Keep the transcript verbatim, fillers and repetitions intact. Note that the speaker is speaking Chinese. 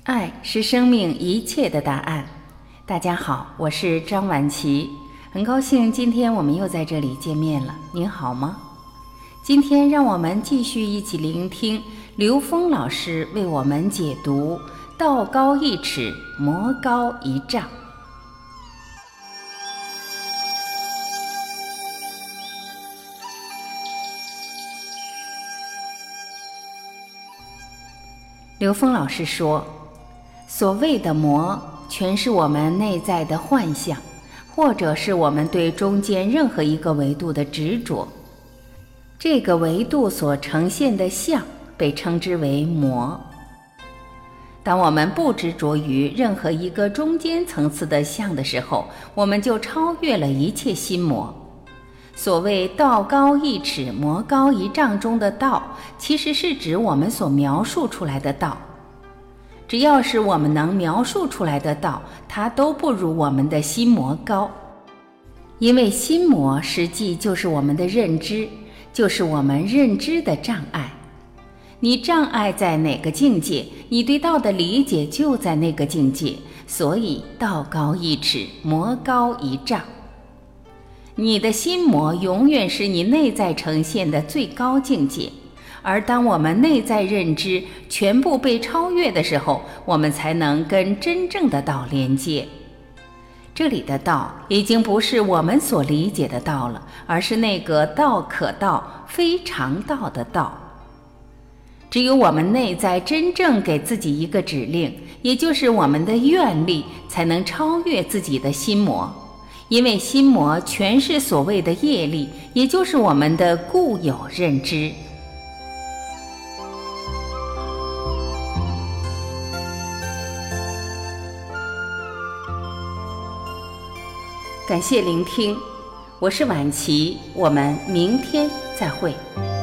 爱是生命一切的答案。大家好，我是张婉琪，很高兴今天我们又在这里见面了。您好吗？今天让我们继续一起聆听刘峰老师为我们解读道高一尺，魔高一丈。刘峰老师说，所谓的魔，全是我们内在的幻象，或者是我们对中间任何一个维度的执着。这个维度所呈现的相被称之为魔。当我们不执着于任何一个中间层次的相的时候，我们就超越了一切心魔。所谓道高一尺，魔高一丈中的道，其实是指我们所描述出来的道。只要是我们能描述出来的道，它都不如我们的心魔高。因为心魔实际就是我们的认知，就是我们认知的障碍。你障碍在哪个境界，你对道的理解就在那个境界，所以道高一尺，魔高一丈。你的心魔永远是你内在呈现的最高境界，而当我们内在认知全部被超越的时候，我们才能跟真正的道连接。这里的道已经不是我们所理解的道了，而是那个道可道非常道的道。只有我们内在真正给自己一个指令，也就是我们的愿力，才能超越自己的心魔。因为心魔全是所谓的业力，也就是我们的固有认知。感谢聆听，我是婉琪，我们明天再会。